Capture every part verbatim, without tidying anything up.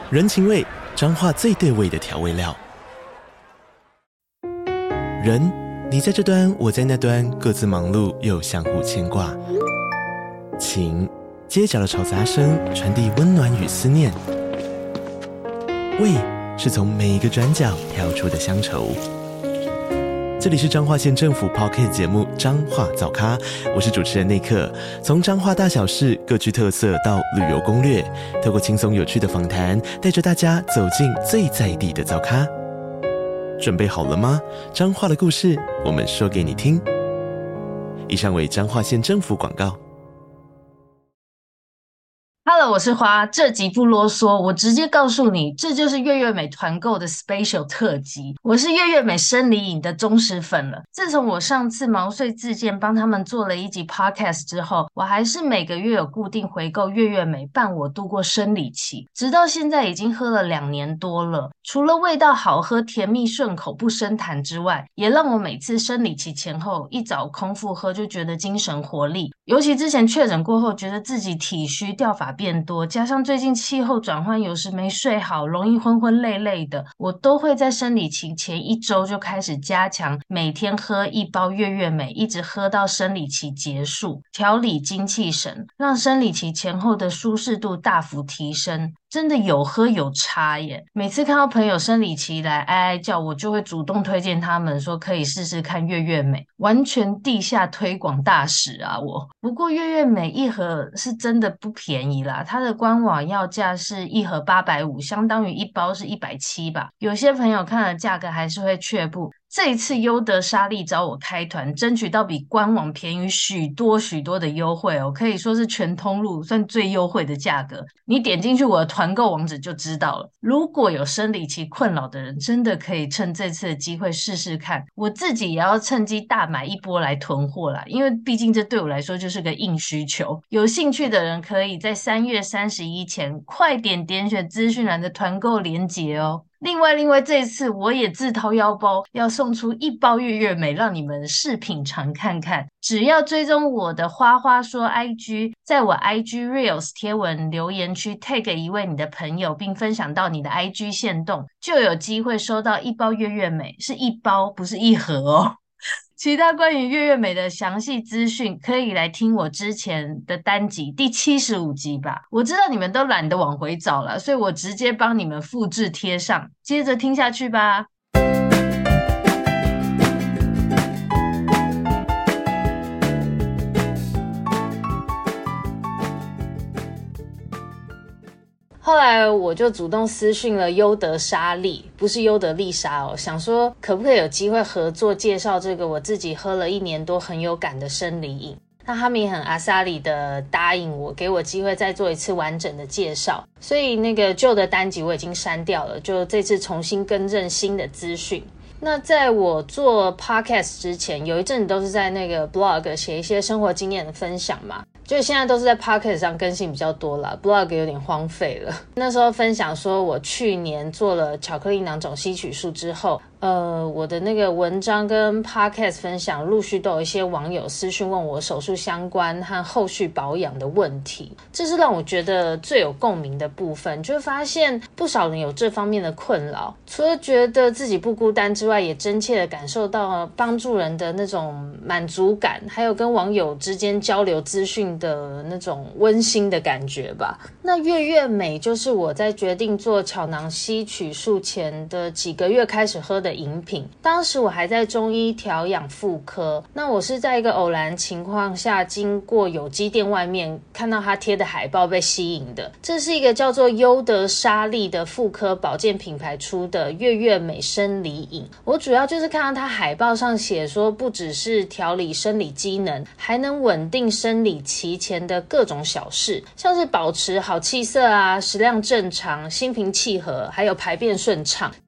人情味，彰化最对味的调味料。人，你在这端，我在那端，各自忙碌又相互牵挂。情，街角的吵杂声传递温暖与思念。味，是从每一个转角跳出的乡愁。这里是彰化县政府 Podcast 节目《彰化早咖》，我是主持人内克。从彰化大小事各具特色到旅游攻略，透过轻松有趣的访谈，带着大家走进最在地的早咖。准备好了吗？彰化的故事，我们说给你听。以上为彰化县政府广告。 Hello， 我是花，这集不啰嗦，我直接告诉你，这就是月月美团购的 special 特辑。我是月月美生理饮的忠实粉了。自从我上次毛遂自荐帮他们做了一集 podcast 之后，我还是每个月有固定回购月月美，伴我度过生理期，直到现在已经喝了两年多了。除了味道好喝、甜蜜顺口、不生痰之外，也让我每次生理期前后一早空腹喝就觉得精神活力。尤其之前确诊过后，觉得自己体虚掉发变多，加上最近气候转换，有时没睡好，容易昏昏累累的，我都会在生理期前一周就开始加强，每天喝一包月月美，一直喝到生理期结束，调理精气神，让生理期前后的舒适度大幅提升。真的有喝有差耶！每次看到朋友生理期来哀哀叫，我就会主动推荐他们说可以试试看月月美，完全地下推广大使啊我！不过月月美一盒是真的不便宜啦，它的官网要价是一盒八百五十，相当于一包是一百七十吧。有些朋友看了价格还是会却步。这一次优德莎莉找我开团，争取到比官网便宜许多许多的优惠哦，可以说是全通路算最优惠的价格。你点进去我的团购网址就知道了。如果有生理期困扰的人，真的可以趁这次的机会试试看。我自己也要趁机大买一波来囤货啦，因为毕竟这对我来说就是个硬需求。有兴趣的人可以在三月三十一前快点点选资讯栏的团购连结哦。另外，另外这一次我也自掏腰包，要送出一包月月美，让你们试品尝看看。只要追踪我的花花说 I G， 在我 I G Reels 贴文留言区 tag 一位你的朋友，并分享到你的 I G 限动，就有机会收到一包月月美，是一包，不是一盒哦。其他关于月月美的详细资讯，可以来听我之前的单集第七十五集吧。我知道你们都懒得往回找了，所以我直接帮你们复制贴上，接着听下去吧。后来我就主动私讯了优德莎莉，不是优德丽莎哦，想说可不可以有机会合作介绍这个我自己喝了一年多很有感的生理饮。那他们也很阿莎里的答应我，给我机会再做一次完整的介绍，所以那个旧的单集我已经删掉了，就这次重新更正新的资讯。那在我做 podcast 之前，有一阵子都是在那个 blog 写一些生活经验的分享嘛，就现在都是在 podcast 上更新比较多啦， blog 有点荒废了。那时候分享说我去年做了巧克力囊肿吸取术之后，呃，我的那个文章跟 podcast 分享陆续都有一些网友私讯问我手术相关和后续保养的问题，这是让我觉得最有共鸣的部分，就会发现不少人有这方面的困扰，除了觉得自己不孤单之外，也真切的感受到帮助人的那种满足感，还有跟网友之间交流资讯的那种温馨的感觉吧。那月月美就是我在决定做巧囊吸取术前的几个月开始喝的饮品，当时我还在中医调养妇科，那我是在一个偶然情况下经过有机店外面看到他贴的海报被吸引的。这是一个叫做优德莎莉的妇科保健品牌出的月月美生理饮，我主要就是看到他海报上写说不只是调理生理机能，还能稳定生理期前的各种小事，像是保持好气色啊、食量正常、心平气和，还有排便顺畅。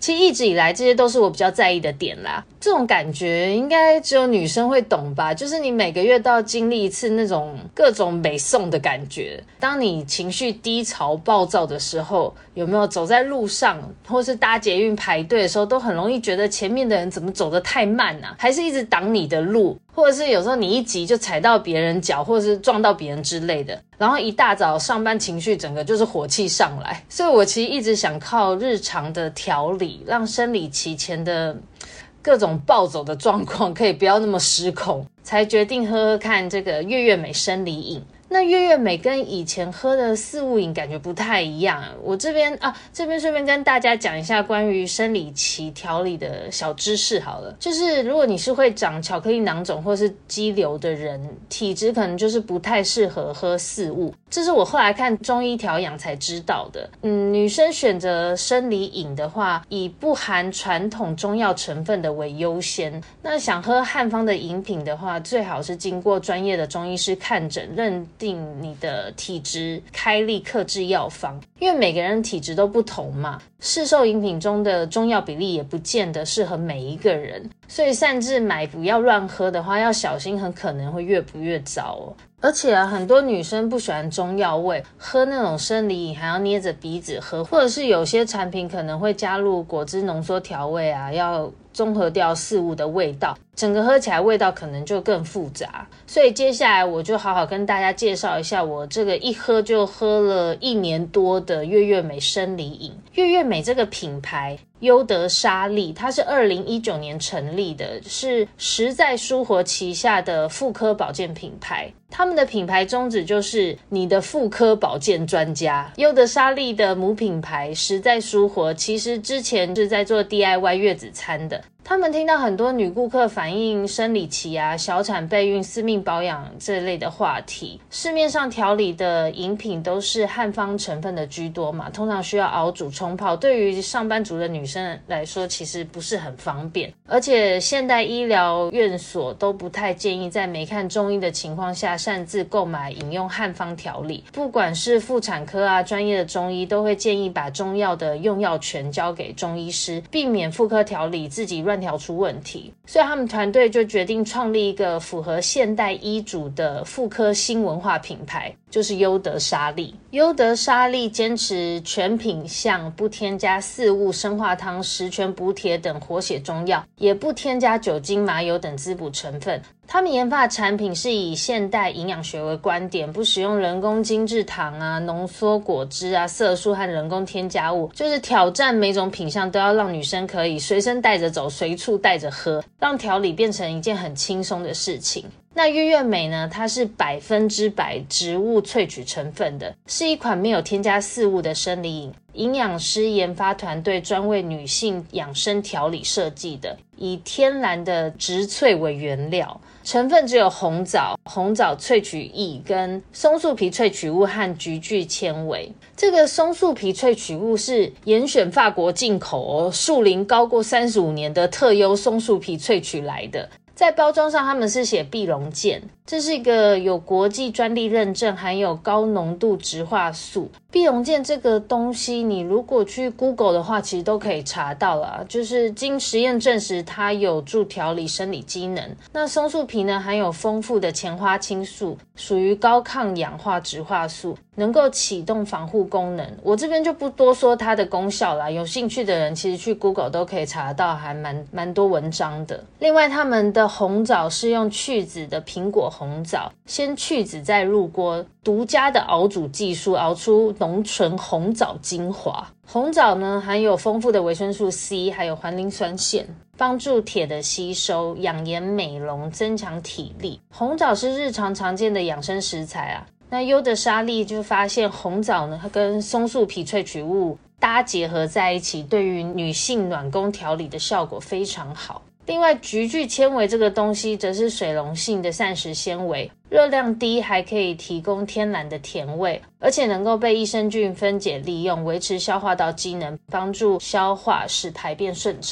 其实一直以来这些都是我比较在意的点啦，这种感觉应该只有女生会懂吧，就是你每个月都要经历一次那种各种美送的感觉。当你情绪低潮暴躁的时候，有没有走在路上或是搭捷运排队的时候，都很容易觉得前面的人怎么走得太慢啊，还是一直挡你的路，或者是有时候你一急就踩到别人脚，或者是撞到别人之类的，然后一大早上班情绪整个就是火气上来。所以我其实一直想靠日常的调理，让生理期前的各种暴走的状况可以不要那么失控，才决定喝喝看这个月月美生理饮。那月月美跟以前喝的四物饮感觉不太一样，我这边啊，这边顺便跟大家讲一下关于生理期调理的小知识好了。就是如果你是会长巧克力囊肿或是肌瘤的人，体质可能就是不太适合喝四物，这是我后来看中医调养才知道的。嗯，女生选择生理饮的话，以不含传统中药成分的为优先。那想喝汉方的饮品的话，最好是经过专业的中医师看诊认定你的体质，开立克制药方。因为每个人体质都不同嘛，市售饮品中的中药比例也不见得适合每一个人，所以擅自买不要乱喝的话，要小心，很可能会越补越糟哦。而且啊，很多女生不喜欢中药味，喝那种生理饮还要捏着鼻子喝，或者是有些产品可能会加入果汁浓缩调味啊，要综合掉四物的味道，整个喝起来味道可能就更复杂。所以接下来我就好好跟大家介绍一下我这个一喝就喝了一年多的月月美生理饮。月月美这个品牌优德莎莉，它是二零一九年成立的，是实在舒活旗下的妇科保健品牌。他们的品牌宗旨就是你的妇科保健专家。优德莎莉的母品牌实在舒活其实之前是在做 D I Y 月子餐的，他们听到很多女顾客反映生理期啊、小产备孕、私密保养这类的话题。市面上调理的饮品都是汉方成分的居多嘛，通常需要熬煮冲泡，对于上班族的女生来说其实不是很方便。而且现代医疗院所都不太建议在没看中医的情况下擅自购买饮用汉方调理，不管是妇产科啊、专业的中医都会建议把中药的用药权交给中医师，避免妇科调理自己乱调出问题。所以他们团队就决定创立一个符合现代医嘱的妇科新文化品牌，就是优德莎莉。优德莎莉坚持全品项，不添加四物、生化汤、十全补铁等活血中药，也不添加酒精、麻油等滋补成分。他们研发的产品是以现代营养学为观点，不使用人工精制糖啊、浓缩果汁啊、色素和人工添加物，就是挑战每种品项都要让女生可以随身带着走，随处带着喝，让调理变成一件很轻松的事情。那月月美呢，它是百分之百植物萃取成分的，是一款没有添加四物的生理饮，营养师研发团队专为女性养生调理设计的，以天然的植萃为原料，成分只有红枣、红枣萃取液跟松树皮萃取物和菊苣纤维。这个松树皮萃取物是严选法国进口哦，树龄高过三十五年的特优松树皮萃取来的。在包装上他们是写碧龙健，这是一个有国际专利认证含有高浓度植化素。碧龙健这个东西你如果去 Google 的话其实都可以查到啦，就是经实验证实它有助调理生理机能。那松树皮呢，含有丰富的前花青素，属于高抗氧化植化素，能够启动防护功能。我这边就不多说它的功效啦，有兴趣的人其实去 Google 都可以查到，还蛮蛮多文章的。另外他们的红枣是用去籽的苹果红枣，先去籽再入锅，独家的熬煮技术熬出浓醇红枣精华。红枣呢含有丰富的维生素 C 还有环磷酸腺，帮助铁的吸收，养颜美容，增强体力。红枣是日常常见的养生食材啊。那优德莎莉就发现红枣呢，它跟松树皮萃取物搭结合在一起，对于女性暖宫调理的效果非常好。另外菊苣纤维这个东西则是水溶性的膳食纤维，热量低，还可以提供天然的甜味，而且能够被益生菌分解利用，维持消化道机能，帮助消化，使排便顺畅。总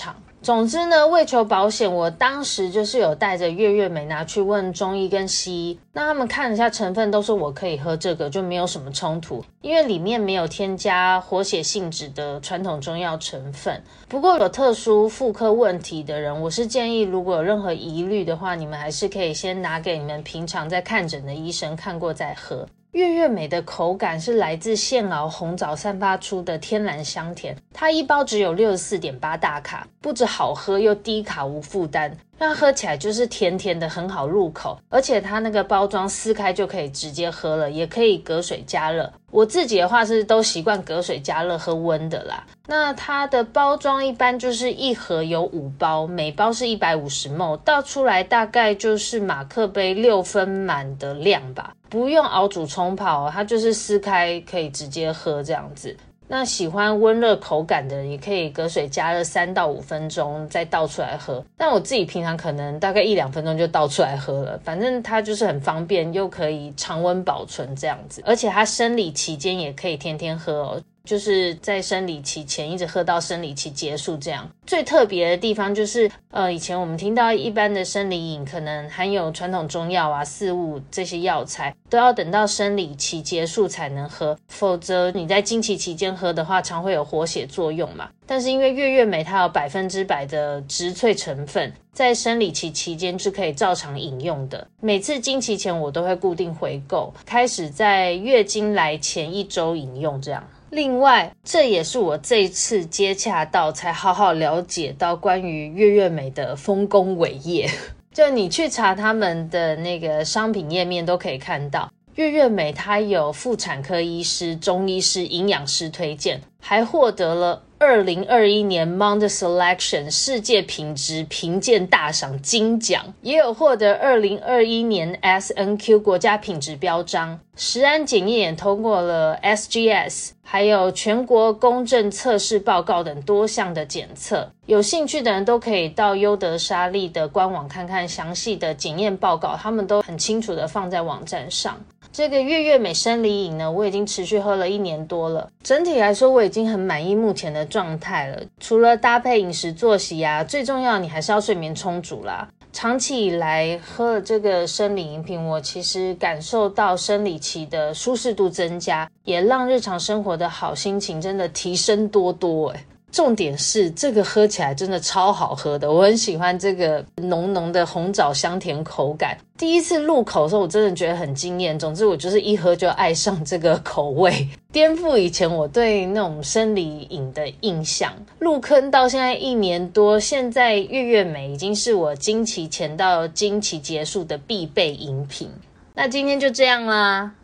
总之呢，为求保险，我当时就是有带着月月美拿去问中医跟西医，那他们看了一下成分，都说我可以喝这个，就没有什么冲突，因为里面没有添加活血性质的传统中药成分。不过有特殊妇科问题的人，我是建议如果有任何疑虑的话，你们还是可以先拿给你们平常在看诊的医生看过再喝。月月美的口感是来自现熬红枣散发出的天然香甜，它一包只有 六十四点八 大卡，不止好喝又低卡无负担，它喝起来就是甜甜的，很好入口，而且它那个包装撕开就可以直接喝了，也可以隔水加热。我自己的话是都习惯隔水加热喝温的啦。那它的包装一般就是一盒有五包，每包是 一百五十毫升，倒出来大概就是马克杯六分满的量吧，不用熬煮冲泡，它就是撕开可以直接喝这样子。那喜欢温热口感的人也可以隔水加热三到五分钟再倒出来喝，但我自己平常可能大概一两分钟就倒出来喝了，反正它就是很方便又可以常温保存这样子，而且它生理期间也可以天天喝哦，就是在生理期前一直喝到生理期结束这样。最特别的地方就是呃，以前我们听到一般的生理饮可能含有传统中药啊、四物这些药材都要等到生理期结束才能喝，否则你在经期期间喝的话常会有活血作用嘛。但是因为月月美它有百分之百的植萃成分，在生理期期间是可以照常饮用的。每次经期前我都会固定回购，开始在月经来前一周饮用这样。另外，这也是我这一次接洽到才好好了解到关于月月美的丰功伟业。就你去查他们的那个商品页面都可以看到，月月美它有妇产科医师、中医师、营养师推荐，还获得了二零二一年 Mount Selection 世界品质评鉴大赏金奖，也有获得二零二一年 S N Q 国家品质标章，食安检验也通过了 S G S， 还有全国公正测试报告等多项的检测。有兴趣的人都可以到优德莎莉的官网看看详细的检验报告，他们都很清楚的放在网站上。这个月月美生理饮呢，我已经持续喝了一年多了，整体来说我已经很满意目前的状态了。除了搭配饮食作息啊，最重要你还是要睡眠充足啦。长期以来喝了这个生理饮品，我其实感受到生理期的舒适度增加，也让日常生活的好心情真的提升多多耶。重点是这个喝起来真的超好喝的，我很喜欢这个浓浓的红枣香甜口感。第一次入口的时候我真的觉得很惊艳，总之我就是一喝就爱上这个口味，颠覆以前我对那种生理饮的印象。入坑到现在一年多，现在月月美已经是我经期前到经期结束的必备饮品。那今天就这样啦。